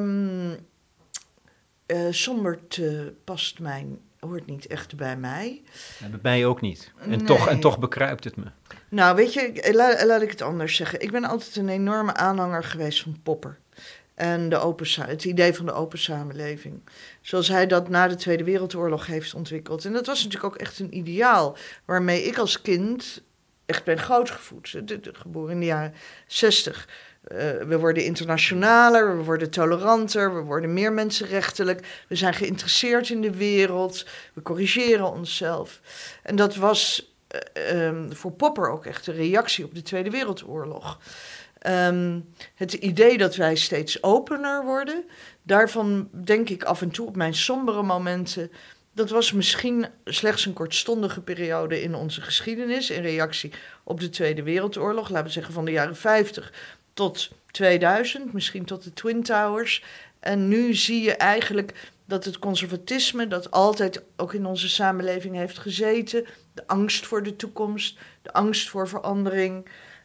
Sombert hoort niet echt bij mij. Ja, bij mij ook niet. En, Nee. toch bekruipt het me. Nou, weet je, laat ik het anders zeggen. Ik ben altijd een enorme aanhanger geweest van Popper. En het idee van de open samenleving. Zoals hij dat na de Tweede Wereldoorlog heeft ontwikkeld. En dat was natuurlijk ook echt een ideaal waarmee ik als kind echt ben grootgevoed. Geboren in de jaren 60. We worden internationaler, we worden toleranter, we worden meer mensenrechtelijk. We zijn geïnteresseerd in de wereld, we corrigeren onszelf. En dat was voor Popper ook echt een reactie op de Tweede Wereldoorlog. Het idee dat wij steeds opener worden, daarvan denk ik af en toe op mijn sombere momenten, dat was misschien slechts een kortstondige periode in onze geschiedenis, in reactie op de Tweede Wereldoorlog, laten we zeggen van de jaren 50 tot 2000, misschien tot de Twin Towers. En nu zie je eigenlijk dat het conservatisme, dat altijd ook in onze samenleving heeft gezeten, de angst voor de toekomst, de angst voor verandering,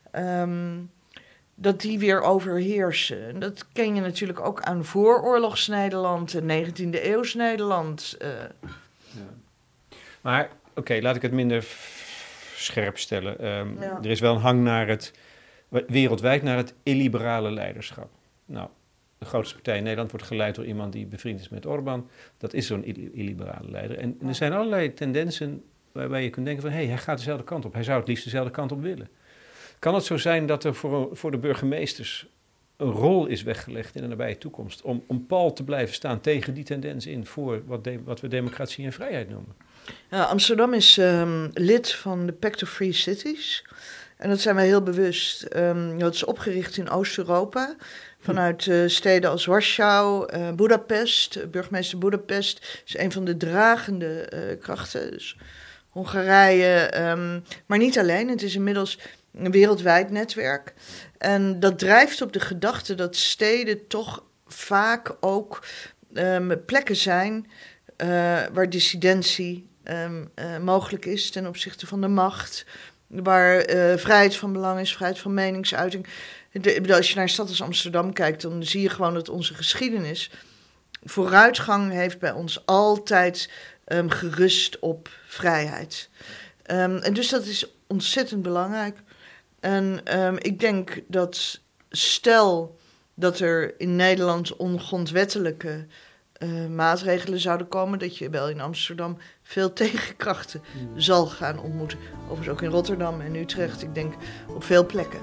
dat die weer overheersen. En dat ken je natuurlijk ook aan vooroorlogs Nederland en 19e eeuws Nederland. Ja. Maar oké, laat ik het minder scherp stellen. Er is wel een hang naar wereldwijd naar het illiberale leiderschap. Nou, de grootste partij in Nederland wordt geleid door iemand die bevriend is met Orbán. Dat is zo'n illiberale leider. En er zijn allerlei tendensen waarbij je kunt denken van, hij gaat dezelfde kant op. Hij zou het liefst dezelfde kant op willen. Kan het zo zijn dat er voor de burgemeesters een rol is weggelegd in de nabije toekomst om pal te blijven staan tegen die tendens in voor wat we democratie en vrijheid noemen? Ja, Amsterdam is lid van de Pact of Free Cities. En dat zijn wij heel bewust. Dat is opgericht in Oost-Europa. Vanuit steden als Warschau, Budapest. Burgemeester Budapest is een van de dragende krachten. Dus Hongarije, maar niet alleen. Het is inmiddels een wereldwijd netwerk. En dat drijft op de gedachte dat steden toch vaak ook plekken zijn waar dissidentie mogelijk is ten opzichte van de macht. Waar vrijheid van belang is, vrijheid van meningsuiting. Als je naar een stad als Amsterdam kijkt, dan zie je gewoon dat onze geschiedenis vooruitgang heeft bij ons altijd gerust op vrijheid. En dus dat is ontzettend belangrijk. En ik denk dat stel dat er in Nederland ongrondwettelijke maatregelen zouden komen, dat je wel in Amsterdam veel tegenkrachten zal gaan ontmoeten. Overigens ook in Rotterdam en Utrecht, ik denk op veel plekken.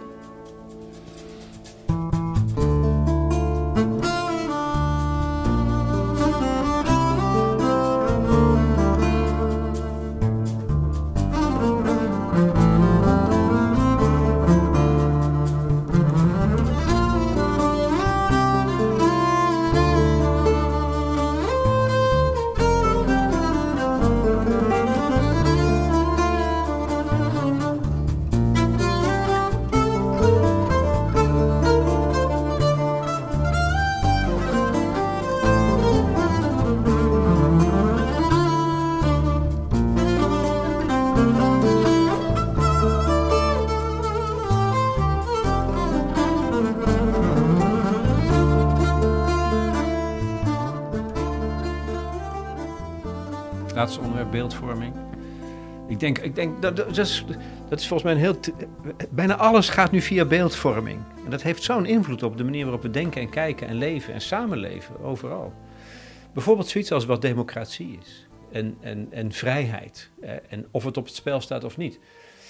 laatste onderwerp, beeldvorming. Ik denk dat is volgens mij een heel... Bijna alles gaat nu via beeldvorming. En dat heeft zo'n invloed op de manier waarop we denken en kijken en leven en samenleven, overal. Bijvoorbeeld zoiets als wat democratie is. En vrijheid. En of het op het spel staat of niet.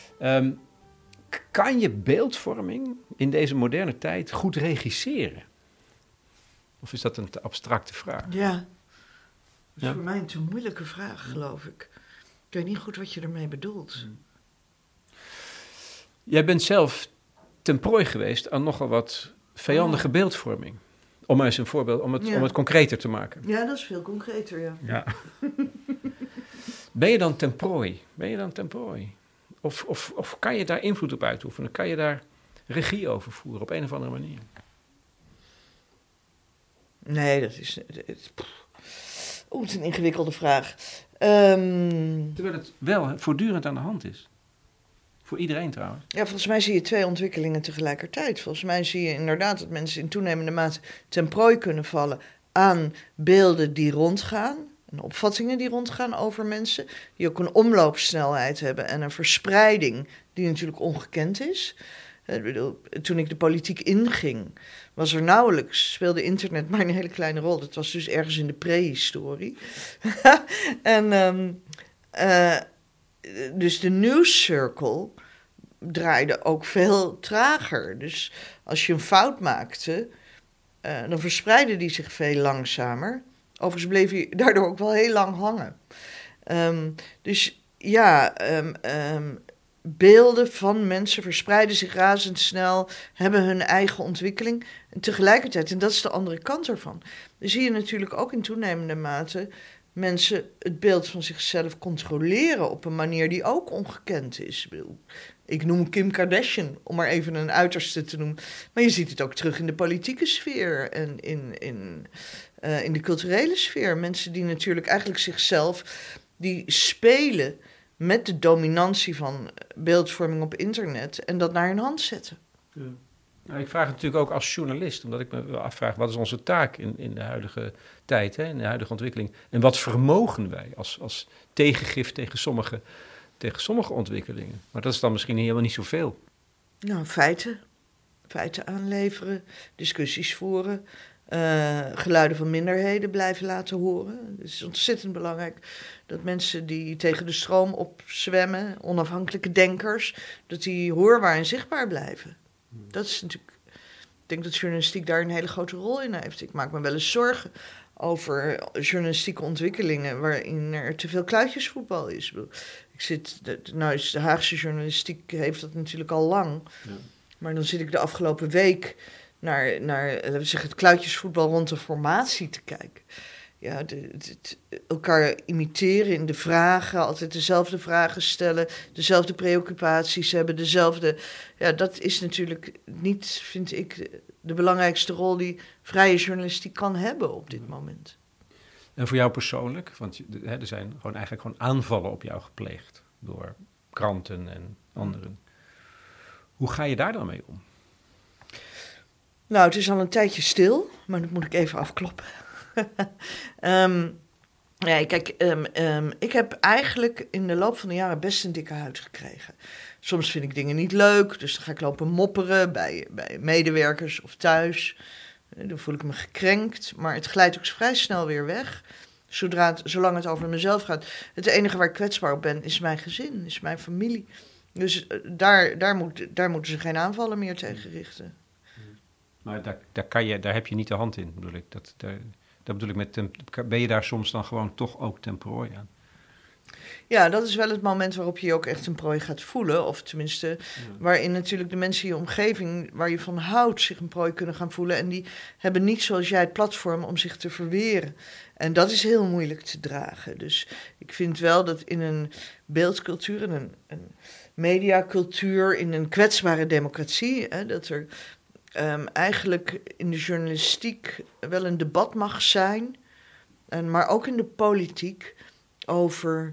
Kan je beeldvorming in deze moderne tijd goed regisseren? Of is dat een te abstracte vraag? Ja, dat is voor mij een te moeilijke vraag, geloof ik. Ik weet niet goed wat je ermee bedoelt. Jij bent zelf ten prooi geweest aan nogal wat vijandige beeldvorming. Om maar eens een voorbeeld, om het concreter te maken. Ja, dat is veel concreter, ja. Ben je dan ten prooi? Of kan je daar invloed op uitoefenen? Kan je daar regie over voeren op een of andere manier? Nee, dat is... het is een ingewikkelde vraag. Terwijl het wel voortdurend aan de hand is. Voor iedereen trouwens. Ja, volgens mij zie je 2 ontwikkelingen tegelijkertijd. Volgens mij zie je inderdaad dat mensen in toenemende mate ten prooi kunnen vallen aan beelden die rondgaan. En opvattingen die rondgaan over mensen. Die ook een omloopsnelheid hebben en een verspreiding die natuurlijk ongekend is. Ik bedoel, toen ik de politiek inging, speelde internet maar een hele kleine rol. Dat was dus ergens in de prehistorie. Dus de news circle draaide ook veel trager. Dus als je een fout maakte, dan verspreidde die zich veel langzamer. Overigens bleef hij daardoor ook wel heel lang hangen. Beelden van mensen verspreiden zich razendsnel, hebben hun eigen ontwikkeling. En tegelijkertijd, en dat is de andere kant ervan, dan zie je natuurlijk ook in toenemende mate mensen het beeld van zichzelf controleren op een manier die ook ongekend is. Ik noem Kim Kardashian, om maar even een uiterste te noemen. Maar je ziet het ook terug in de politieke sfeer en in de culturele sfeer. Mensen die natuurlijk eigenlijk zichzelf, die spelen met de dominantie van beeldvorming op internet en dat naar hun hand zetten. Ja. Nou, ik vraag het natuurlijk ook als journalist, omdat ik me wel afvraag, wat is onze taak in de huidige tijd, in de huidige ontwikkeling? En wat vermogen wij als tegengif tegen sommige ontwikkelingen? Maar dat is dan misschien helemaal niet zoveel. Nou, feiten aanleveren, discussies voeren, geluiden van minderheden blijven laten horen. Het is ontzettend belangrijk dat mensen die tegen de stroom opzwemmen, onafhankelijke denkers, dat die hoorbaar en zichtbaar blijven. Dat is natuurlijk... Ik denk dat journalistiek daar een hele grote rol in heeft. Ik maak me wel eens zorgen over journalistieke ontwikkelingen waarin er te veel kluitjesvoetbal is. De Haagse journalistiek heeft dat natuurlijk al lang. Ja. Maar dan zit ik de afgelopen week naar laten we zeggen, het kluitjesvoetbal rond de formatie te kijken. Ja, elkaar imiteren in de vragen, altijd dezelfde vragen stellen, dezelfde preoccupaties hebben, dezelfde... Ja, dat is natuurlijk niet, vind ik, de belangrijkste rol die vrije journalistiek kan hebben op dit moment. En voor jou persoonlijk? Want er zijn eigenlijk gewoon aanvallen op jou gepleegd door kranten en anderen. Hoe ga je daar dan mee om? Nou, het is al een tijdje stil, maar dat moet ik even afkloppen. Ik heb eigenlijk in de loop van de jaren best een dikke huid gekregen. Soms vind ik dingen niet leuk, dus dan ga ik lopen mopperen bij medewerkers of thuis. Dan voel ik me gekrenkt, maar het glijdt ook vrij snel weer weg. Zolang het over mezelf gaat. Het enige waar ik kwetsbaar op ben, is mijn gezin, is mijn familie. Dus daar moeten ze geen aanvallen meer tegen richten. Maar daar heb je niet de hand in, bedoel ik. Dat bedoel ik ben je daar soms dan gewoon toch ook ten prooi aan? Ja, dat is wel het moment waarop je je ook echt een prooi gaat voelen. Of tenminste, waarin natuurlijk de mensen in je omgeving waar je van houdt zich een prooi kunnen gaan voelen. En die hebben niet zoals jij het platform om zich te verweren. En dat is heel moeilijk te dragen. Dus ik vind wel dat in een beeldcultuur, in een mediacultuur, in een kwetsbare democratie, dat er eigenlijk in de journalistiek wel een debat mag zijn, maar ook in de politiek over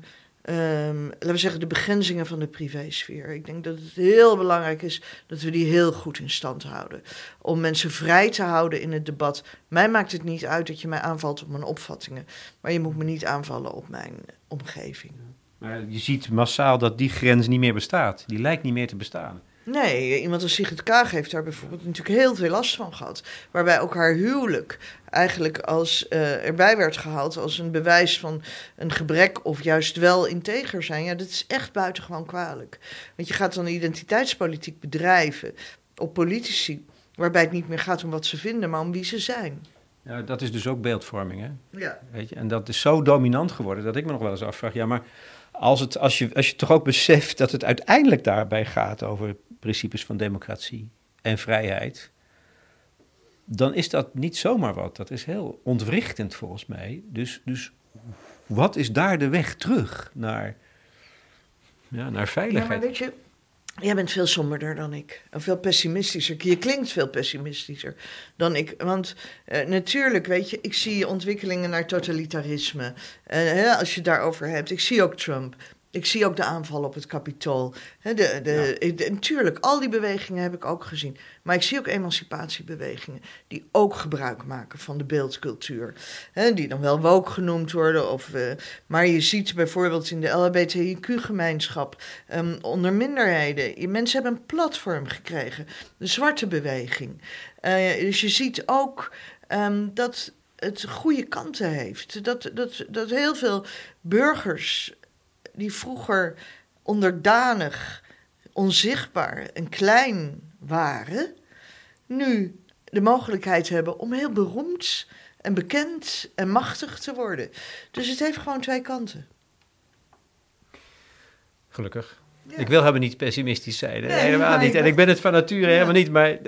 laten we zeggen, de begrenzingen van de privésfeer. Ik denk dat het heel belangrijk is dat we die heel goed in stand houden. Om mensen vrij te houden in het debat. Mij maakt het niet uit dat je mij aanvalt op mijn opvattingen. Maar je moet me niet aanvallen op mijn omgeving. Maar je ziet massaal dat die grens niet meer bestaat. Die lijkt niet meer te bestaan. Nee, iemand als Sigrid Kaag heeft daar bijvoorbeeld natuurlijk heel veel last van gehad. Waarbij ook haar huwelijk eigenlijk erbij werd gehaald als een bewijs van een gebrek of juist wel integer zijn. Ja, dat is echt buitengewoon kwalijk. Want je gaat dan identiteitspolitiek bedrijven op politici, waarbij het niet meer gaat om wat ze vinden, maar om wie ze zijn. Ja, dat is dus ook beeldvorming, hè? Ja. Weet je? En dat is zo dominant geworden dat ik me nog wel eens afvraag, ja, maar als je toch ook beseft dat het uiteindelijk daarbij gaat over principes van democratie en vrijheid, dan is dat niet zomaar wat. Dat is heel ontwrichtend volgens mij. Dus wat is daar de weg terug naar veiligheid? Ja, maar weet je, jij bent veel somberder dan ik. En veel pessimistischer. Je klinkt veel pessimistischer dan ik. Want natuurlijk, weet je, ik zie ontwikkelingen naar totalitarisme. Als je het daarover hebt. Ik zie ook Trump. Ik zie ook de aanval op het Capitool. Natuurlijk, al die bewegingen heb ik ook gezien. Maar ik zie ook emancipatiebewegingen die ook gebruik maken van de beeldcultuur. Die dan wel woke genoemd worden. Maar je ziet bijvoorbeeld in de LHBTIQ-gemeenschap onder minderheden. Mensen hebben een platform gekregen. De zwarte beweging. Dus je ziet ook dat het goede kanten heeft. Dat heel veel burgers die vroeger onderdanig, onzichtbaar en klein waren, nu de mogelijkheid hebben om heel beroemd en bekend en machtig te worden. Dus het heeft gewoon twee kanten. Gelukkig. Ja. Ik wil helemaal niet pessimistisch zijn. Nee, helemaal niet. En ik ben het van nature helemaal niet. Maar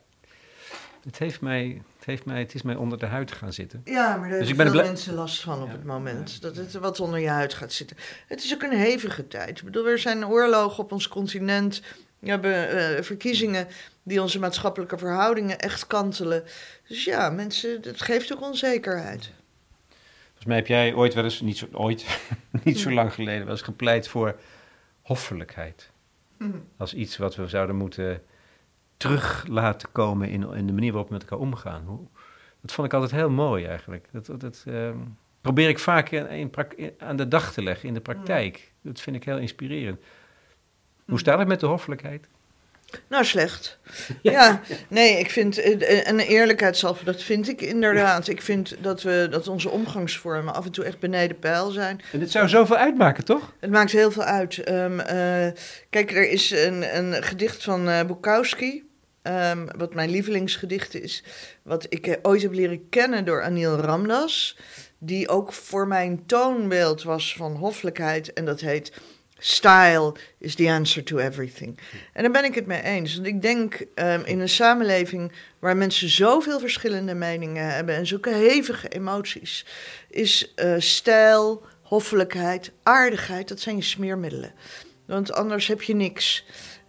het is mij onder de huid gaan zitten. Ja, maar daar Dus hebben ik veel ben mensen last van op Ja, het moment. ja. Dat het wat onder je huid gaat zitten. Het is ook een hevige tijd. Ik bedoel, er zijn oorlogen op ons continent. We hebben verkiezingen die onze maatschappelijke verhoudingen echt kantelen. Dus ja, mensen, dat geeft ook onzekerheid. Volgens mij heb jij ooit wel eens, niet zo lang geleden, wel eens gepleit voor hoffelijkheid. Als iets wat we zouden moeten terug laten komen in de manier waarop we met elkaar omgaan. Dat vond ik altijd heel mooi eigenlijk. Dat probeer ik vaak aan de dag te leggen in de praktijk. Dat vind ik heel inspirerend. Hoe staat het met de hoffelijkheid? Nou, slecht. Ja, nee, ik vind, en eerlijkheidshalve, dat vind ik inderdaad. Ik vind dat onze omgangsvormen af en toe echt beneden peil zijn. En dit zou zoveel uitmaken, toch? Het maakt heel veel uit. Kijk, er is een gedicht van Bukowski, wat mijn lievelingsgedicht is, wat ik ooit heb leren kennen door Anil Ramdas, die ook voor mijn toonbeeld was van hoffelijkheid, en dat heet Style is the answer to everything. En daar ben ik het mee eens. Want ik denk in een samenleving waar mensen zoveel verschillende meningen hebben en zulke hevige emoties, is stijl, hoffelijkheid, aardigheid, dat zijn je smeermiddelen. Want anders heb je niks.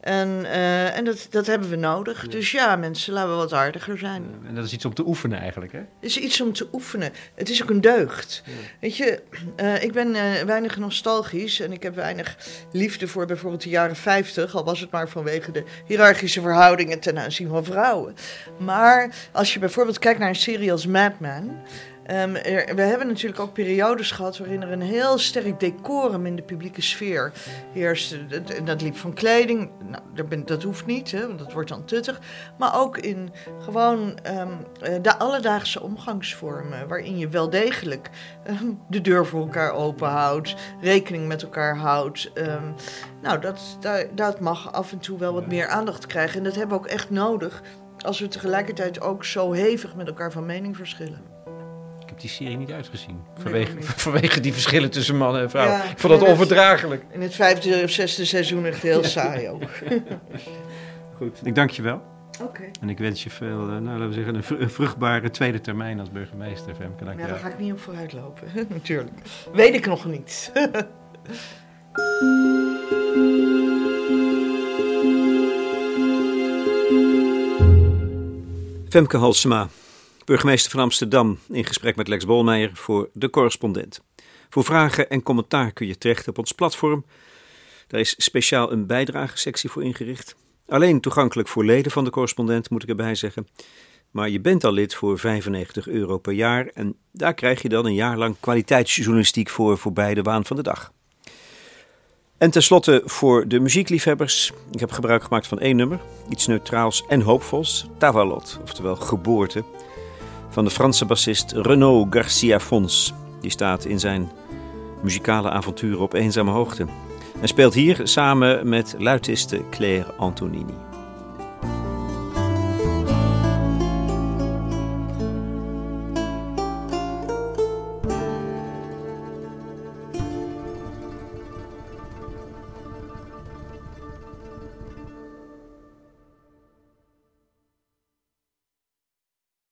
En dat hebben we nodig. Ja. Dus ja, mensen, laten we wat aardiger zijn. En dat is iets om te oefenen eigenlijk, hè? Het is iets om te oefenen. Het is ook een deugd. Ja. Weet je, ik ben weinig nostalgisch en ik heb weinig liefde voor bijvoorbeeld de jaren 50, al was het maar vanwege de hiërarchische verhoudingen ten aanzien van vrouwen. Maar als je bijvoorbeeld kijkt naar een serie als Mad Men, we hebben natuurlijk ook periodes gehad waarin er een heel sterk decorum in de publieke sfeer heerste. Dat liep van kleding, nou, dat hoeft niet, hè, want dat wordt dan tuttig. Maar ook in gewoon de alledaagse omgangsvormen, waarin je wel degelijk de deur voor elkaar openhoudt, rekening met elkaar houdt. Nou, dat mag af en toe wel wat meer aandacht krijgen. En dat hebben we ook echt nodig als we tegelijkertijd ook zo hevig met elkaar van mening verschillen. Ik heb die serie niet uitgezien. Vanwege die verschillen tussen mannen en vrouwen. Ja, ik vond dat onverdraaglijk. In het 5e of 6e seizoen echt heel saai ook. Goed, ik dank je wel. Oké. En ik wens je veel, laten we zeggen, een vruchtbare tweede termijn als burgemeester, Femke. Ja, daar ga ik niet op vooruit lopen, natuurlijk. Weet ik nog niet. Femke Halsema, burgemeester van Amsterdam, in gesprek met Lex Bolmeijer voor De Correspondent. Voor vragen en commentaar kun je terecht op ons platform. Daar is speciaal een bijdragesectie voor ingericht. Alleen toegankelijk voor leden van de correspondent, moet ik erbij zeggen. Maar je bent al lid voor €95 per jaar en daar krijg je dan een jaar lang kwaliteitsjournalistiek voorbij de waan van de dag. En tenslotte voor de muziekliefhebbers. Ik heb gebruik gemaakt van 1 nummer, iets neutraals en hoopvols, Tavalot, oftewel geboorte, van de Franse bassist Renaud Garcia Fons. Die staat in zijn muzikale avonturen op eenzame hoogte en speelt hier samen met luitiste Claire Antonini.